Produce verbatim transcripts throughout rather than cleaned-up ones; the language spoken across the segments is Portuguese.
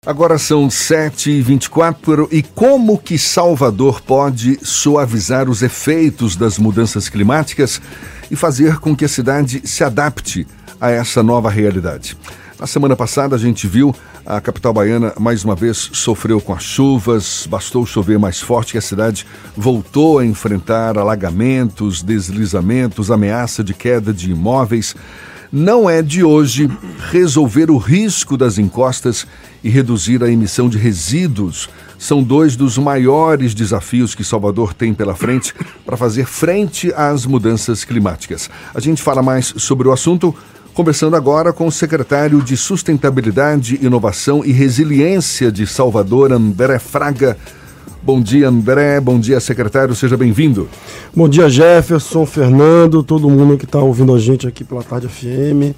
Agora são sete e vinte e quatro e como que Salvador pode suavizar os efeitos das mudanças climáticas e fazer com que a cidade se adapte a essa nova realidade? Na semana passada a gente viu a capital baiana mais uma vez sofreu com as chuvas, bastou chover mais forte que a cidade voltou a enfrentar alagamentos, deslizamentos, ameaça de queda de imóveis. Não é de hoje resolver o risco das encostas e reduzir a emissão de resíduos. São dois dos maiores desafios que Salvador tem pela frente para fazer frente às mudanças climáticas. A gente fala mais sobre o assunto conversando agora com o secretário de Sustentabilidade, Inovação e Resiliência de Salvador, André Fraga. Bom dia, André. Bom dia, secretário. Seja bem-vindo. Bom dia, Jefferson, Fernando, todo mundo que está ouvindo a gente aqui pela Tarde F M.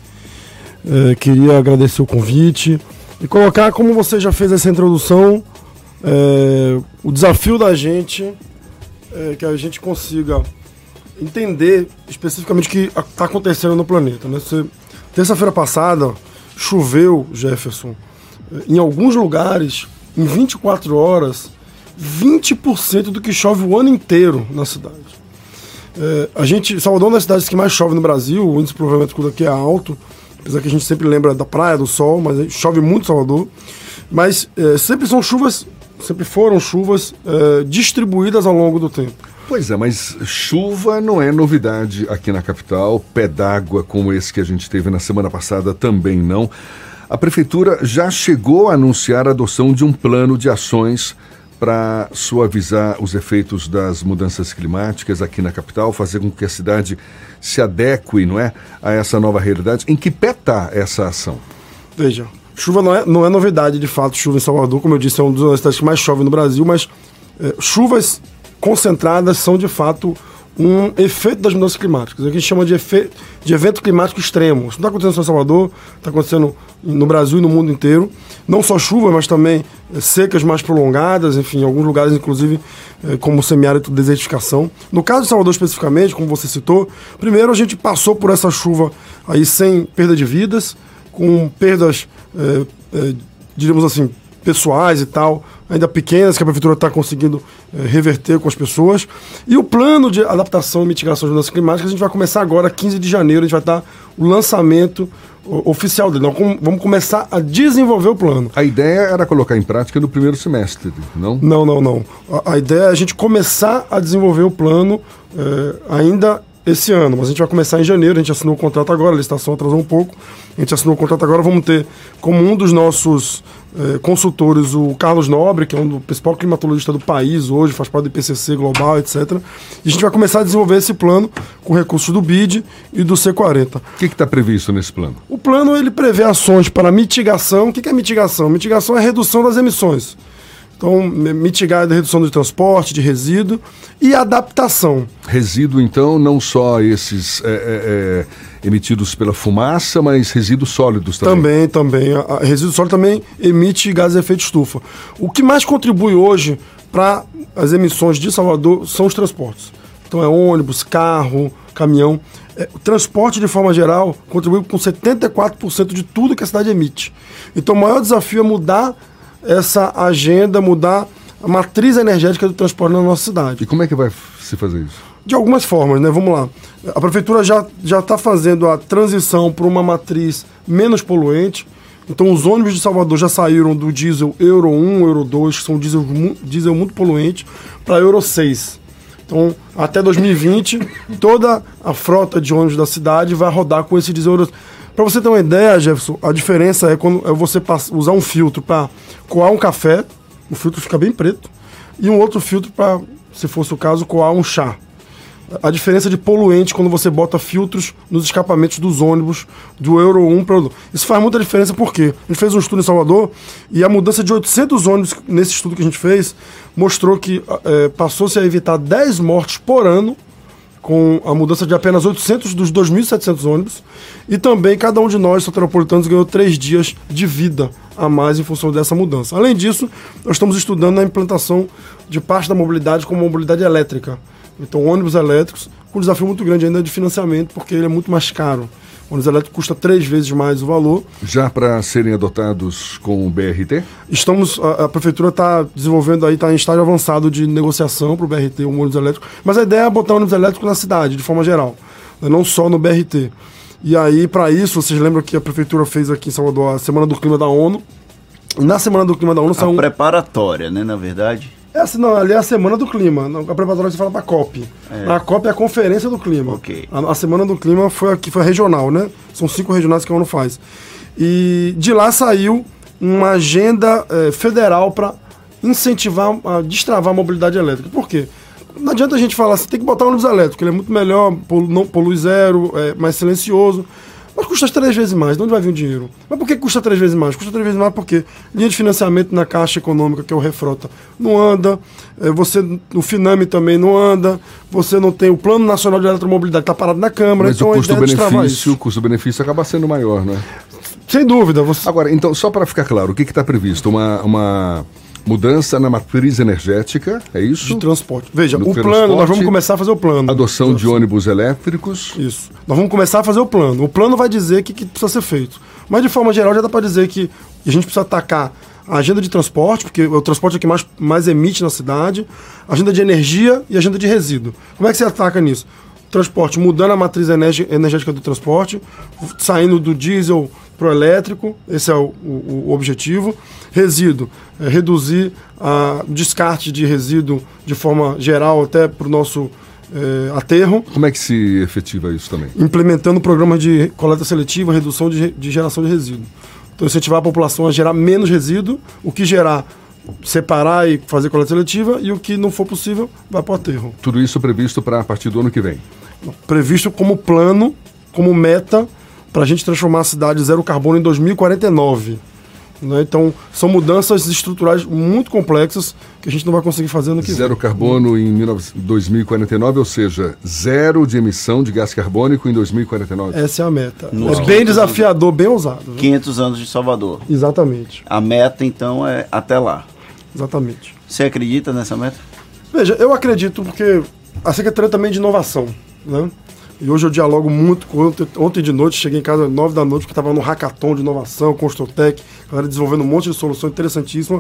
É, queria agradecer o convite e colocar, como você já fez essa introdução, é, o desafio da gente é que a gente consiga entender especificamente o que está acontecendo no planeta, né? Você, terça-feira passada, choveu, Jefferson, em alguns lugares, em vinte e quatro horas, vinte por cento do que chove o ano inteiro na cidade. É, a gente, Salvador é uma das cidades que mais chove no Brasil, o índice de pluviométrico daqui é alto, apesar que a gente sempre lembra da praia, do sol, mas chove muito em Salvador. Mas é, sempre são chuvas, sempre foram chuvas é, distribuídas ao longo do tempo. Pois é, mas chuva não é novidade aqui na capital, pé d'água como esse que a gente teve na semana passada também não. A prefeitura já chegou a anunciar a adoção de um plano de ações para suavizar os efeitos das mudanças climáticas aqui na capital, fazer com que a cidade se adeque, não é, a essa nova realidade. Em que pé está essa ação? Veja, chuva não é, não é novidade, de fato, chuva em Salvador, como eu disse, é uma das cidades que mais chove no Brasil, mas é, chuvas concentradas são, de fato, um efeito das mudanças climáticas. A gente chama de, efe... de evento climático extremo. Isso não está acontecendo só em Salvador, está acontecendo no Brasil e no mundo inteiro. Não só chuva, mas também é, secas mais prolongadas, enfim, em alguns lugares, inclusive, é, como semiárido de desertificação. No caso de Salvador, especificamente, como você citou, primeiro a gente passou por essa chuva aí sem perda de vidas, com perdas, é, é, diríamos assim, pessoais e tal, ainda pequenas, que a prefeitura está conseguindo é, reverter com as pessoas. E o plano de adaptação e mitigação das mudanças climáticas, a gente vai começar agora, quinze de janeiro, a gente vai estar o lançamento o, oficial dele. Nós com, vamos começar a desenvolver o plano. A ideia era colocar em prática no primeiro semestre, não? Não, não, não. A, a ideia é a gente começar a desenvolver o plano é, ainda esse ano, mas a gente vai começar em janeiro. A gente assinou o contrato agora, a licitação atrasou um pouco, a gente assinou o contrato agora. Vamos ter como um dos nossos eh, consultores o Carlos Nobre, que é um do principal climatologista do país hoje, faz parte do I P C C global, etcétera. E a gente vai começar a desenvolver esse plano com recursos do B I D e do C quarenta. O que está previsto nesse plano? O plano ele prevê ações para mitigação. O que, que é mitigação? Mitigação é a redução das emissões. Então, mitigar a redução do transporte, de resíduo e adaptação. Resíduo, então, não só esses é, é, é, emitidos pela fumaça, mas resíduos sólidos também. Também, também. A, a resíduo sólido também emite gases de efeito estufa. O que mais contribui hoje para as emissões de Salvador são os transportes. Então, é ônibus, carro, caminhão. É, o transporte, de forma geral, contribui com setenta e quatro por cento de tudo que a cidade emite. Então, o maior desafio é mudar essa agenda, mudar a matriz energética do transporte na nossa cidade. E como é que vai se fazer isso? De algumas formas, né? Vamos lá. A prefeitura já já está fazendo a transição para uma matriz menos poluente. Então, os ônibus de Salvador já saíram do diesel Euro um, Euro dois, que são diesel, diesel muito poluente, para Euro seis. Então, até dois mil e vinte, toda a frota de ônibus da cidade vai rodar com esse diesel Euro seis. Para você ter uma ideia, Jefferson, a diferença é quando é você usar um filtro para coar um café, o filtro fica bem preto, e um outro filtro para, se fosse o caso, coar um chá. A diferença de poluente quando você bota filtros nos escapamentos dos ônibus do Euro um para o dois. Isso faz muita diferença porque a gente fez um estudo em Salvador e a mudança de oitocentos ônibus nesse estudo que a gente fez mostrou que é, passou-se a evitar dez mortes por ano com a mudança de apenas oitocentos dos dois mil e setecentos ônibus, e também cada um de nós, soteropolitanos, ganhou três dias de vida a mais em função dessa mudança. Além disso, nós estamos estudando a implantação de parte da mobilidade como mobilidade elétrica. Então, ônibus elétricos, com um desafio muito grande ainda de financiamento, porque ele é muito mais caro. ônibus elétrico custa três vezes mais o valor. Já para serem adotados com o B R T? Estamos, a, a prefeitura está desenvolvendo aí, está em estágio avançado de negociação para o B R T, um ônibus elétrico, mas a ideia é botar o ônibus elétrico na cidade, de forma geral, né? Não só no B R T. E aí, para isso, vocês lembram que a prefeitura fez aqui em Salvador a Semana do Clima da ONU. E na Semana do Clima da ONU... A são... preparatória, né, na verdade? Essa, não, ali é a Semana do Clima. A preparatória você fala da COP. É. A COP é a Conferência do Clima. Okay. A, a Semana do Clima foi aqui, foi regional, né? São cinco regionais que a ONU faz. E de lá saiu uma agenda é, federal para incentivar, a destravar a mobilidade elétrica. Por quê? Não adianta a gente falar assim, tem que botar o ônibus elétrico, ele é muito melhor, polu, não, polui zero, é mais silencioso. Mas custa três vezes mais, de onde vai vir o dinheiro? Mas por que custa três vezes mais? Custa três vezes mais porque linha de financiamento na Caixa Econômica, que é o Refrota, não anda, é, você, o Finame também não anda, você não tem o Plano Nacional de Eletromobilidade, está parado na Câmara. Mas então o custo-benefício, o custo-benefício acaba sendo maior, né? Sem dúvida. Você... Agora, então, só para ficar claro, o que está previsto? Uma... uma... mudança na matriz energética, é isso? De transporte. Veja, no o plano, nós vamos começar a fazer o plano. Adoção de ônibus elétricos. Isso. Nós vamos começar a fazer o plano. O plano vai dizer o que, que precisa ser feito. Mas, de forma geral, já dá para dizer que a gente precisa atacar a agenda de transporte, porque o transporte é o que mais, mais emite na cidade, a agenda de energia e a agenda de resíduo. Como é que você ataca nisso? Transporte, mudando a matriz energética do transporte, saindo do diesel para o elétrico, esse é o, o, o objetivo. Resíduo, é reduzir a, o descarte de resíduo de forma geral até para o nosso é, aterro. Como é que se efetiva isso também? Implementando programas de coleta seletiva, redução de, de geração de resíduo. Então, incentivar a população a gerar menos resíduo, o que gerar, separar e fazer coleta seletiva, e o que não for possível, vai para o aterro. Tudo isso previsto para a partir do ano que vem? Previsto como plano, como meta, para a gente transformar a cidade zero carbono em dois mil e quarenta e nove. Né? Então, são mudanças estruturais muito complexas que a gente não vai conseguir fazer no que vem. Zero carbono em dois mil e quarenta e nove, ou seja, zero de emissão de gás carbônico em dois mil e quarenta e nove. Essa é a meta. Nossa. É bem desafiador, bem ousado. Viu? quinhentos anos de Salvador. Exatamente. A meta, então, é até lá. Exatamente. Você acredita nessa meta? Veja, eu acredito porque a Secretaria também de Inovação, né? E hoje eu dialogo muito com... Ontem, ontem de noite, cheguei em casa às nove da noite, porque estava no hackathon de inovação, Construtec, a galera desenvolvendo um monte de solução interessantíssima.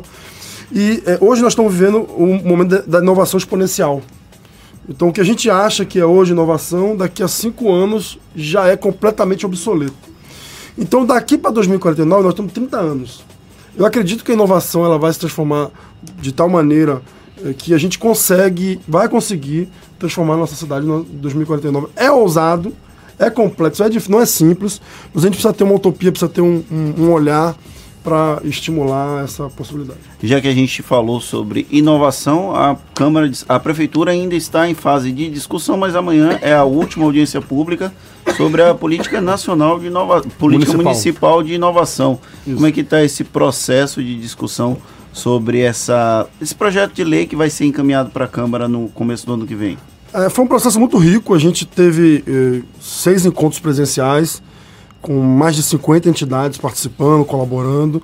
E é, hoje nós estamos vivendo um momento da, da inovação exponencial. Então, o que a gente acha que é hoje inovação, daqui a cinco anos já é completamente obsoleto. Então, daqui para dois mil e quarenta e nove, nós temos trinta anos. Eu acredito que a inovação ela vai se transformar de tal maneira é, que a gente consegue, vai conseguir transformar a nossa cidade em dois mil e quarenta e nove. É ousado, é complexo, é difícil, não é simples, mas a gente precisa ter uma utopia, precisa ter um, um, um olhar para estimular essa possibilidade. Já que a gente falou sobre inovação, a Câmara, a Prefeitura ainda está em fase de discussão, mas amanhã é a última audiência pública sobre a Política Nacional de Inovação, Política Municipal, Municipal de Inovação. Isso. Como é que está esse processo de discussão sobre essa, esse projeto de lei que vai ser encaminhado para a Câmara no começo do ano que vem? É, foi um processo muito rico, a gente teve eh, seis encontros presenciais, com mais de cinquenta entidades participando, colaborando.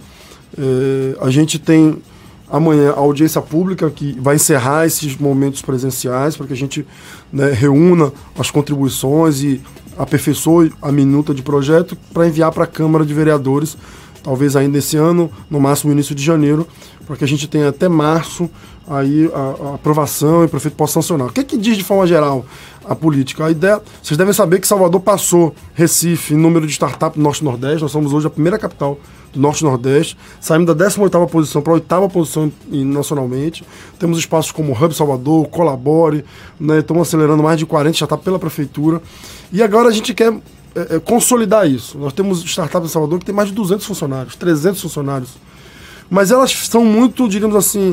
Eh, a gente tem amanhã a audiência pública, que vai encerrar esses momentos presenciais, para que a gente, né, reúna as contribuições e aperfeiçoe a minuta de projeto para enviar para a Câmara de Vereadores, talvez ainda esse ano, no máximo início de janeiro, para que a gente tenha até março aí a, a aprovação e o prefeito possa sancionar. O que é que diz de forma geral a política? A ideia, vocês devem saber que Salvador passou Recife em número de startups do Norte e Nordeste. Nós somos hoje a primeira capital do Norte e Nordeste. Saímos da décima oitava posição para a oitava posição nacionalmente. Temos espaços como Hub Salvador, Colabore, né? Estamos acelerando mais de quarenta startups pela prefeitura. E agora a gente quer é, é, consolidar isso. Nós temos startups em Salvador que tem mais de duzentos funcionários, trezentos funcionários. Mas elas são muito, digamos assim,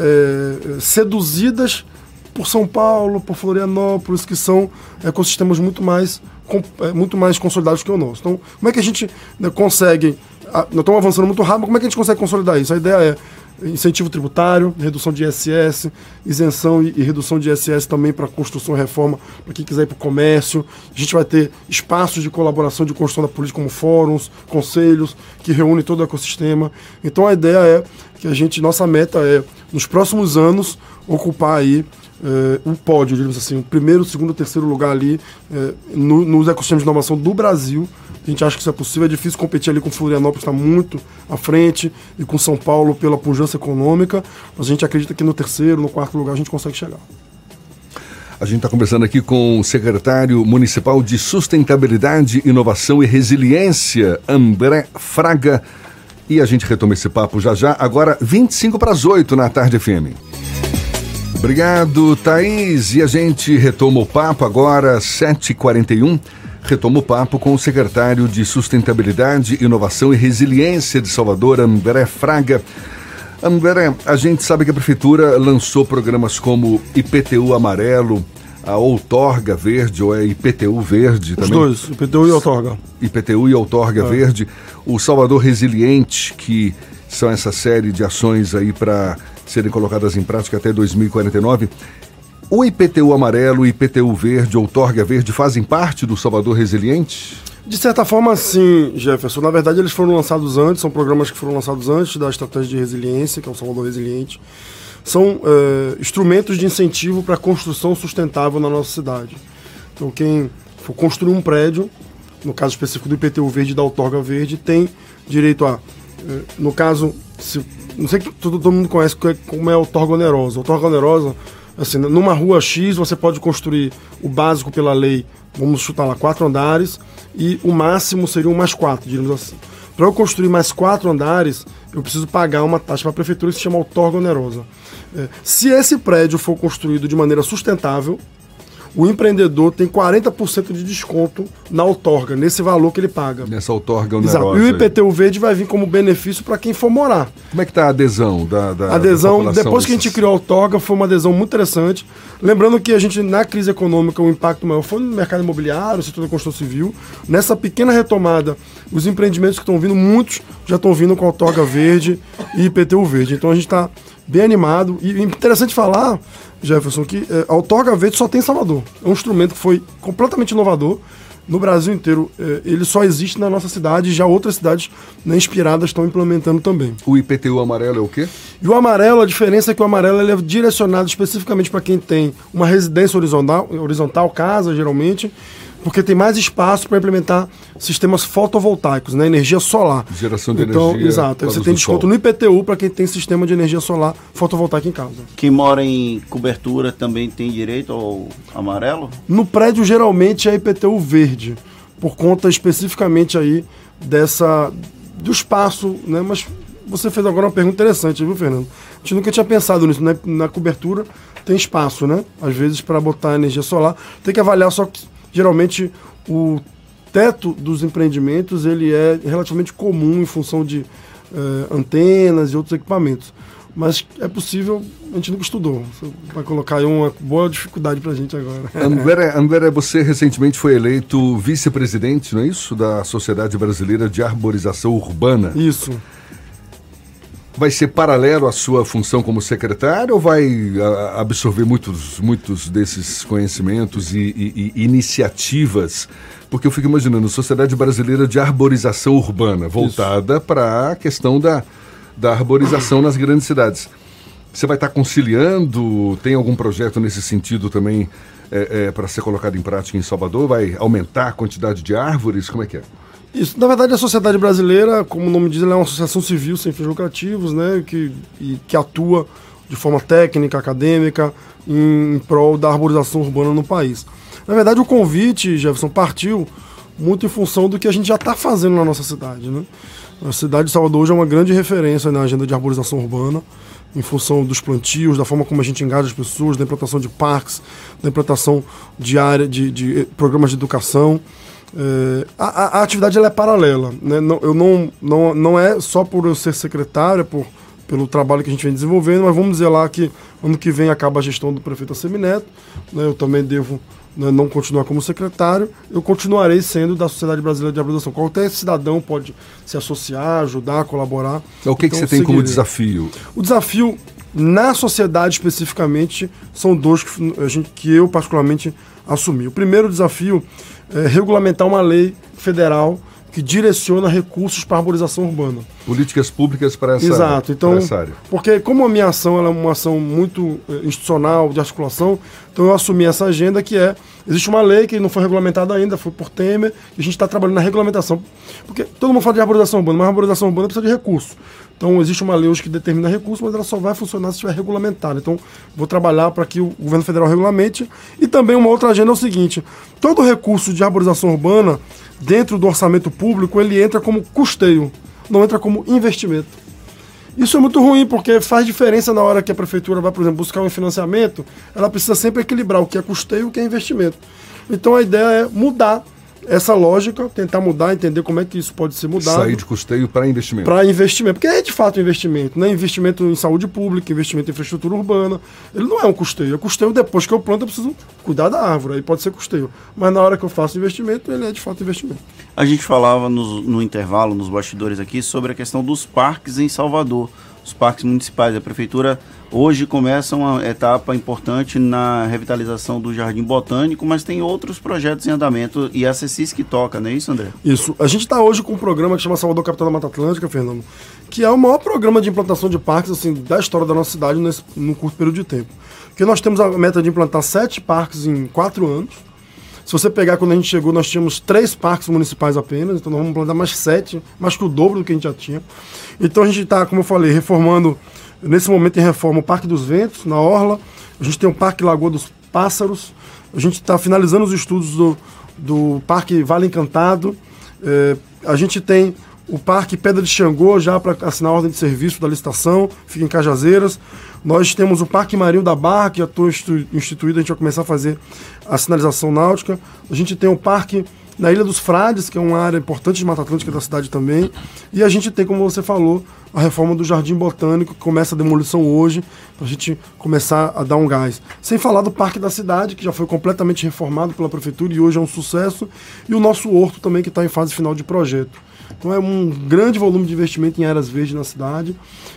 é, seduzidas por São Paulo, por Florianópolis, que são ecossistemas muito mais, com, é, muito mais consolidados que o nosso. Então, como é que a gente, né, consegue... A, nós estamos avançando muito rápido, mas como é que a gente consegue consolidar isso? A ideia é incentivo tributário, redução de I S S, isenção e, e redução de I S S também para construção e reforma, para quem quiser ir para o comércio. A gente vai ter espaços de colaboração de construção da política, como fóruns, conselhos, que reúnem todo o ecossistema. Então a ideia é que a gente, nossa meta é, nos próximos anos, ocupar aí é, o pódio, digamos assim, o primeiro, segundo, terceiro lugar ali é, no, nos ecossistemas de inovação do Brasil. A gente acha que isso é possível, é difícil competir ali com Florianópolis, está muito à frente, e com São Paulo pela pujança econômica, mas a gente acredita que no terceiro, no quarto lugar a gente consegue chegar. A gente está conversando aqui com o secretário municipal de Sustentabilidade, Inovação e Resiliência, André Fraga, e a gente retoma esse papo já já, agora vinte e cinco para as oito na Tarde F M. Obrigado, Thaís, e a gente retoma o papo agora, sete e quarenta e um. Retoma o papo com o secretário de Sustentabilidade, Inovação e Resiliência de Salvador, André Fraga. André, a gente sabe que a Prefeitura lançou programas como I P T U Amarelo, a Outorga Verde, ou é I P T U Verde também? Os dois, I P T U e Outorga. I P T U e Outorga é. Verde. O Salvador Resiliente, que são essa série de ações aí para serem colocadas em prática até dois mil e quarenta e nove. O I P T U Amarelo, o I P T U Verde, Outorga Verde fazem parte do Salvador Resiliente? De certa forma, sim, Jefferson. Na verdade, eles foram lançados antes, são programas que foram lançados antes da Estratégia de Resiliência, que é o Salvador Resiliente. São é, instrumentos de incentivo para a construção sustentável na nossa cidade. Então, quem for construir um prédio, no caso específico do I P T U Verde e da Outorga Verde, tem direito a, é, no caso, se, não sei que todo, todo mundo conhece como é a Outorga Onerosa. A Outorga Onerosa, assim, numa rua X, você pode construir o básico pela lei, vamos chutar lá, quatro andares, e o máximo seriam mais quatro, digamos assim. Para eu construir mais quatro andares, eu preciso pagar uma taxa para a prefeitura que se chama Outorga Onerosa. É, se esse prédio for construído de maneira sustentável, o empreendedor tem quarenta por cento de desconto na outorga, nesse valor que ele paga. Nessa outorga onerosa. Exato. E o I P T U Verde vai vir como benefício para quem for morar. Como é que está a adesão da, da A adesão, da depois que a gente criou a outorga, foi uma adesão muito interessante. Lembrando que a gente, na crise econômica, o impacto maior foi no mercado imobiliário, no setor da construção civil. Nessa pequena retomada, os empreendimentos que estão vindo, muitos já estão vindo com a outorga verde e I P T U Verde. Então a gente está bem animado. E interessante falar, Jefferson, que é, a Outorga Verde só tem em Salvador. É um instrumento que foi completamente inovador. No Brasil inteiro, é, ele só existe na nossa cidade e já outras cidades, né, inspiradas estão implementando também. O I P T U amarelo é o quê? E o amarelo, a diferença é que o amarelo ele é direcionado especificamente para quem tem uma residência horizontal, horizontal, casa geralmente, porque tem mais espaço para implementar sistemas fotovoltaicos, né, energia solar. Geração de então, energia. Exato. Você tem desconto no I P T U para quem tem sistema de energia solar fotovoltaica em casa. Quem mora em cobertura também tem direito ao amarelo? No prédio, geralmente, é I P T U verde, por conta especificamente aí dessa, do espaço, né, mas você fez agora uma pergunta interessante, viu, Fernando? A gente nunca tinha pensado nisso, né? Na cobertura tem espaço, né? Às vezes, para botar energia solar, tem que avaliar só que geralmente o teto dos empreendimentos ele é relativamente comum em função de uh, antenas e outros equipamentos. Mas é possível, a gente nunca estudou. Você vai colocar aí uma boa dificuldade para a gente agora. André, André, você recentemente foi eleito vice-presidente, não é isso? Da Sociedade Brasileira de Arborização Urbana. Isso. Vai ser paralelo à sua função como secretário ou vai a, absorver muitos, muitos desses conhecimentos e, e, e iniciativas? Porque eu fico imaginando, Sociedade Brasileira de Arborização Urbana, voltada para a questão da, da arborização nas grandes cidades. Você vai estar conciliando? Tem algum projeto nesse sentido também é, é, para ser colocado em prática em Salvador? Vai aumentar a quantidade de árvores? Como é que é? Isso, na verdade, a Sociedade Brasileira, como o nome diz, ela é uma associação civil sem fins lucrativos, né, que, e, que atua de forma técnica, acadêmica, em, em prol da arborização urbana no país. Na verdade, o convite, Jefferson, partiu muito em função do que a gente já está fazendo na nossa cidade, né? A cidade de Salvador hoje é uma grande referência na agenda de arborização urbana, em função dos plantios, da forma como a gente engaja as pessoas, da implantação de parques, da implantação de, área, de, de programas de educação. É, a, a atividade ela é paralela, né? não, eu não, não, não é só por eu ser secretário, é por, pelo trabalho que a gente vem desenvolvendo, mas vamos dizer lá que ano que vem acaba a gestão do prefeito Assemineto, né? Eu também devo, né, não continuar como secretário, eu continuarei sendo da Sociedade Brasileira de Arborização. Qualquer cidadão pode se associar, ajudar, colaborar. O que, então, que você tem seguirei. Como desafio? O desafio na sociedade especificamente são dois que, a gente, que eu particularmente assumi. O primeiro desafio é regulamentar uma lei federal que direciona recursos para a arborização urbana. Políticas públicas para essa, Exato. Então, para essa área. Porque como a minha ação ela é uma ação muito eh, institucional, de articulação, então eu assumi essa agenda que é, existe uma lei que não foi regulamentada ainda, foi por Temer, e a gente está trabalhando na regulamentação. Porque todo mundo fala de arborização urbana, mas a arborização urbana precisa de recurso. Então existe uma lei hoje que determina recurso, mas ela só vai funcionar se estiver regulamentada. Então vou trabalhar para que o governo federal regulamente. E também uma outra agenda é o seguinte, todo recurso de arborização urbana, dentro do orçamento público, ele entra como custeio, não entra como investimento. Isso é muito ruim, porque faz diferença na hora que a prefeitura vai, por exemplo, buscar um financiamento, ela precisa sempre equilibrar o que é custeio e o que é investimento. Então a ideia é mudar essa lógica, tentar mudar, entender como é que isso pode ser mudado. Sair de custeio para investimento. Para investimento, porque é de fato investimento, né? Investimento em saúde pública, investimento em infraestrutura urbana. Ele não é um custeio, é custeio depois que eu planto, eu preciso cuidar da árvore, aí pode ser custeio. Mas na hora que eu faço investimento, ele é de fato investimento. A gente falava nos, no intervalo, nos bastidores aqui, sobre a questão dos parques em Salvador. Os parques municipais, a prefeitura hoje começa uma etapa importante na revitalização do Jardim Botânico, mas tem outros projetos em andamento e a CECIS que toca, não é isso, André? Isso. A gente está hoje com um programa que chama Salvador Capital da Mata Atlântica, Fernando, que é o maior programa de implantação de parques assim, da história da nossa cidade nesse, num curto período de tempo. Porque nós temos a meta de implantar sete parques em quatro anos. Se você pegar, quando a gente chegou, nós tínhamos três parques municipais apenas, então nós vamos implantar mais sete, mais que o dobro do que a gente já tinha. Então a gente está, como eu falei, reformando, nesse momento em reforma, o Parque dos Ventos, na Orla. A gente tem o Parque Lagoa dos Pássaros. A gente está finalizando os estudos do, do Parque Vale Encantado. É, a gente tem o Parque Pedra de Xangô, já para assinar a ordem de serviço da licitação, fica em Cajazeiras. Nós temos o Parque Marinho da Barra, que já está instituído, a gente vai começar a fazer a sinalização náutica. A gente tem o Parque na Ilha dos Frades, que é uma área importante de Mata Atlântica da cidade também. E a gente tem, como você falou, a reforma do Jardim Botânico, que começa a demolição hoje, para a gente começar a dar um gás. Sem falar do Parque da Cidade, que já foi completamente reformado pela Prefeitura e hoje é um sucesso. E o nosso horto também, que está em fase final de projeto. Então é um grande volume de investimento em áreas verdes na cidade.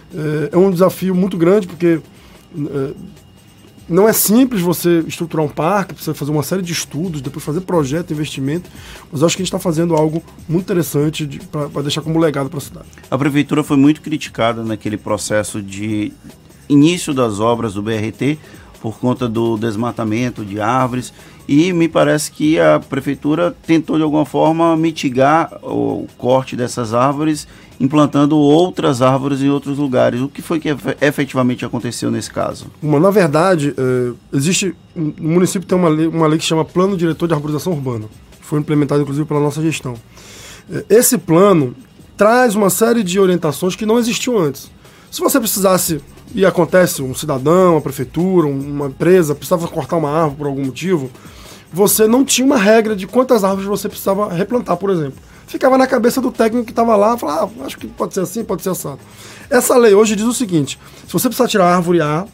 É um desafio muito grande, porque é, não é simples você estruturar um parque, precisa fazer uma série de estudos, depois fazer projeto, investimento, mas eu acho que a gente está fazendo algo muito interessante de, para deixar como legado para a cidade. A Prefeitura foi muito criticada naquele processo de início das obras do B R T, por conta do desmatamento de árvores, e me parece que a Prefeitura tentou de alguma forma mitigar o corte dessas árvores, implantando outras árvores em outros lugares. O que foi que efetivamente aconteceu nesse caso? Uma, na verdade, é, existe, o município tem uma lei, uma lei que chama Plano Diretor de Arborização Urbana, que foi implementado inclusive pela nossa gestão. É, esse plano traz uma série de orientações que não existiam antes. Se você precisasse, e acontece, um cidadão, uma prefeitura, uma empresa, precisava cortar uma árvore por algum motivo, você não tinha uma regra de quantas árvores você precisava replantar, por exemplo. Ficava na cabeça do técnico que estava lá, falava, ah, acho que pode ser assim, pode ser assado. Essa lei hoje diz o seguinte, se você precisar tirar a árvore A,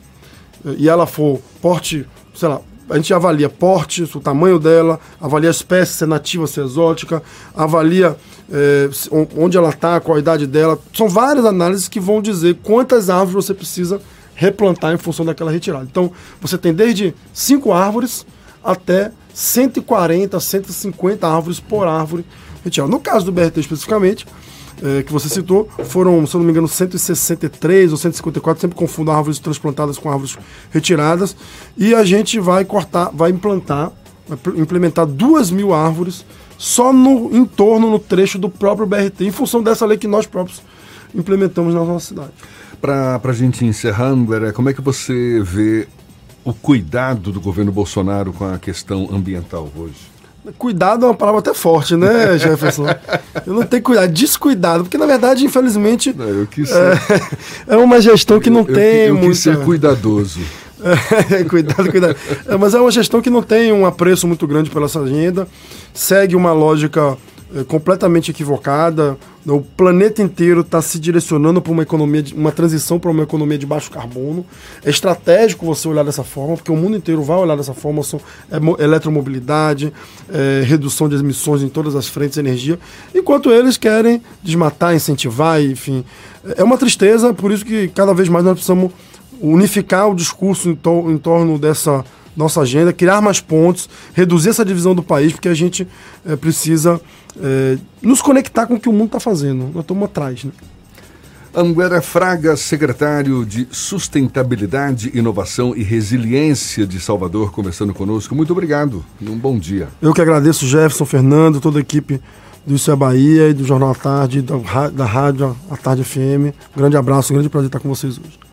e ela for porte, sei lá, a gente avalia porte, o tamanho dela, avalia a espécie, se é nativa, se é exótica, avalia é, onde ela está, qual a idade dela. São várias análises que vão dizer quantas árvores você precisa replantar em função daquela retirada. Então, você tem desde cinco árvores até cento e quarenta, cento e cinquenta árvores por árvore retirada. No caso do B R T especificamente, é, que você citou, foram, se eu não me engano, cento e sessenta e três ou cento e cinquenta e quatro, sempre confundo árvores transplantadas com árvores retiradas, e a gente vai cortar, vai implantar, vai implementar duas mil árvores só no entorno, no trecho do próprio B R T, em função dessa lei que nós próprios implementamos na nossa cidade. Para a gente encerrar, André, como é que você vê o cuidado do governo Bolsonaro com a questão ambiental hoje? Cuidado é uma palavra até forte, né, Jefferson? Eu não tenho cuidado, descuidado, porque na verdade, infelizmente, não, eu quis ser... é, é uma gestão que não eu, tem eu, eu muita... quis ser cuidadoso. É, cuidado, cuidado. É, mas é uma gestão que não tem um apreço muito grande pela essa agenda, segue uma lógica é, completamente equivocada. O planeta inteiro está se direcionando para uma economia, de, uma transição para uma economia de baixo carbono. É estratégico você olhar dessa forma, porque o mundo inteiro vai olhar dessa forma. São, é, eletromobilidade, é, redução de emissões em todas as frentes de energia, enquanto eles querem desmatar, incentivar, enfim. É uma tristeza, por isso que cada vez mais nós precisamos unificar o discurso em, to, em torno dessa nossa agenda, criar mais pontos, reduzir essa divisão do país, porque a gente é, precisa é, nos conectar com o que o mundo está fazendo. Nós estamos atrás, né? Anguera Fraga, secretário de Sustentabilidade, Inovação e Resiliência de Salvador, conversando conosco. Muito obrigado e um bom dia. Eu que agradeço, Jefferson, Fernando, toda a equipe do Isso é Bahia e do Jornal à Tarde, da, da Rádio à Tarde F M. Um grande abraço, um grande prazer estar com vocês hoje.